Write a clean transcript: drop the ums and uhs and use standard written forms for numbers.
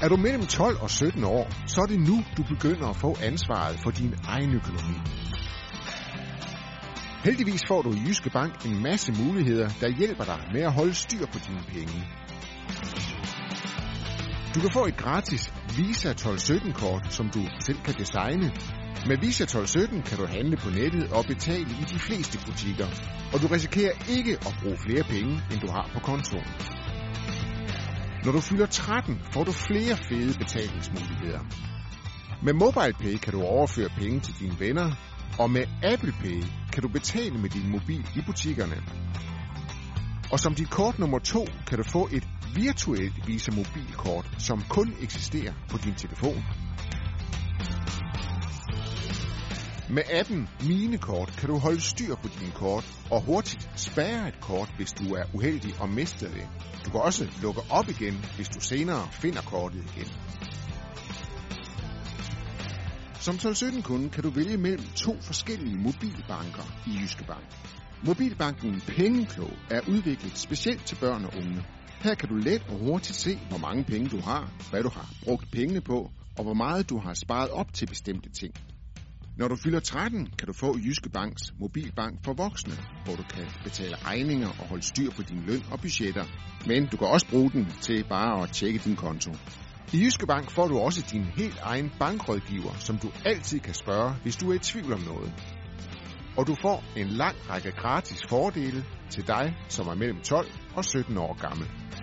Er du mellem 12 og 17 år, så er det nu, du begynder at få ansvaret for din egen økonomi. Heldigvis får du i Jyske Bank en masse muligheder, der hjælper dig med at holde styr på dine penge. Du kan få et gratis Visa 1217-kort, som du selv kan designe. Med Visa 1217 kan du handle på nettet og betale i de fleste butikker, og du risikerer ikke at bruge flere penge, end du har på kontoen. Når du fylder 13, får du flere fede betalingsmuligheder. Med MobilePay kan du overføre penge til dine venner, og med Apple Pay kan du betale med din mobil i butikkerne. Og som dit kort nummer 2 kan du få et virtuelt Visa mobilkort, som kun eksisterer på din telefon. Med appen Minekort kan du holde styr på dine kort og hurtigt spærre et kort, hvis du er uheldig og mister det. Du kan også lukke op igen, hvis du senere finder kortet igen. Som 1217-kunde kan du vælge mellem 2 forskellige mobilbanker i Jyske Bank. Mobilbanken Pengeklog er udviklet specielt til børn og unge. Her kan du let og hurtigt se, hvor mange penge du har, hvad du har brugt pengene på, og hvor meget du har sparet op til bestemte ting. Når du fylder 13, kan du få Jyske Banks mobilbank for voksne, hvor du kan betale regninger og holde styr på din løn og budgetter. Men du kan også bruge den til bare at tjekke din konto. I Jyske Bank får du også din helt egen bankrådgiver, som du altid kan spørge, hvis du er i tvivl om noget. Og du får en lang række gratis fordele til dig, som er mellem 12 og 17 år gammel.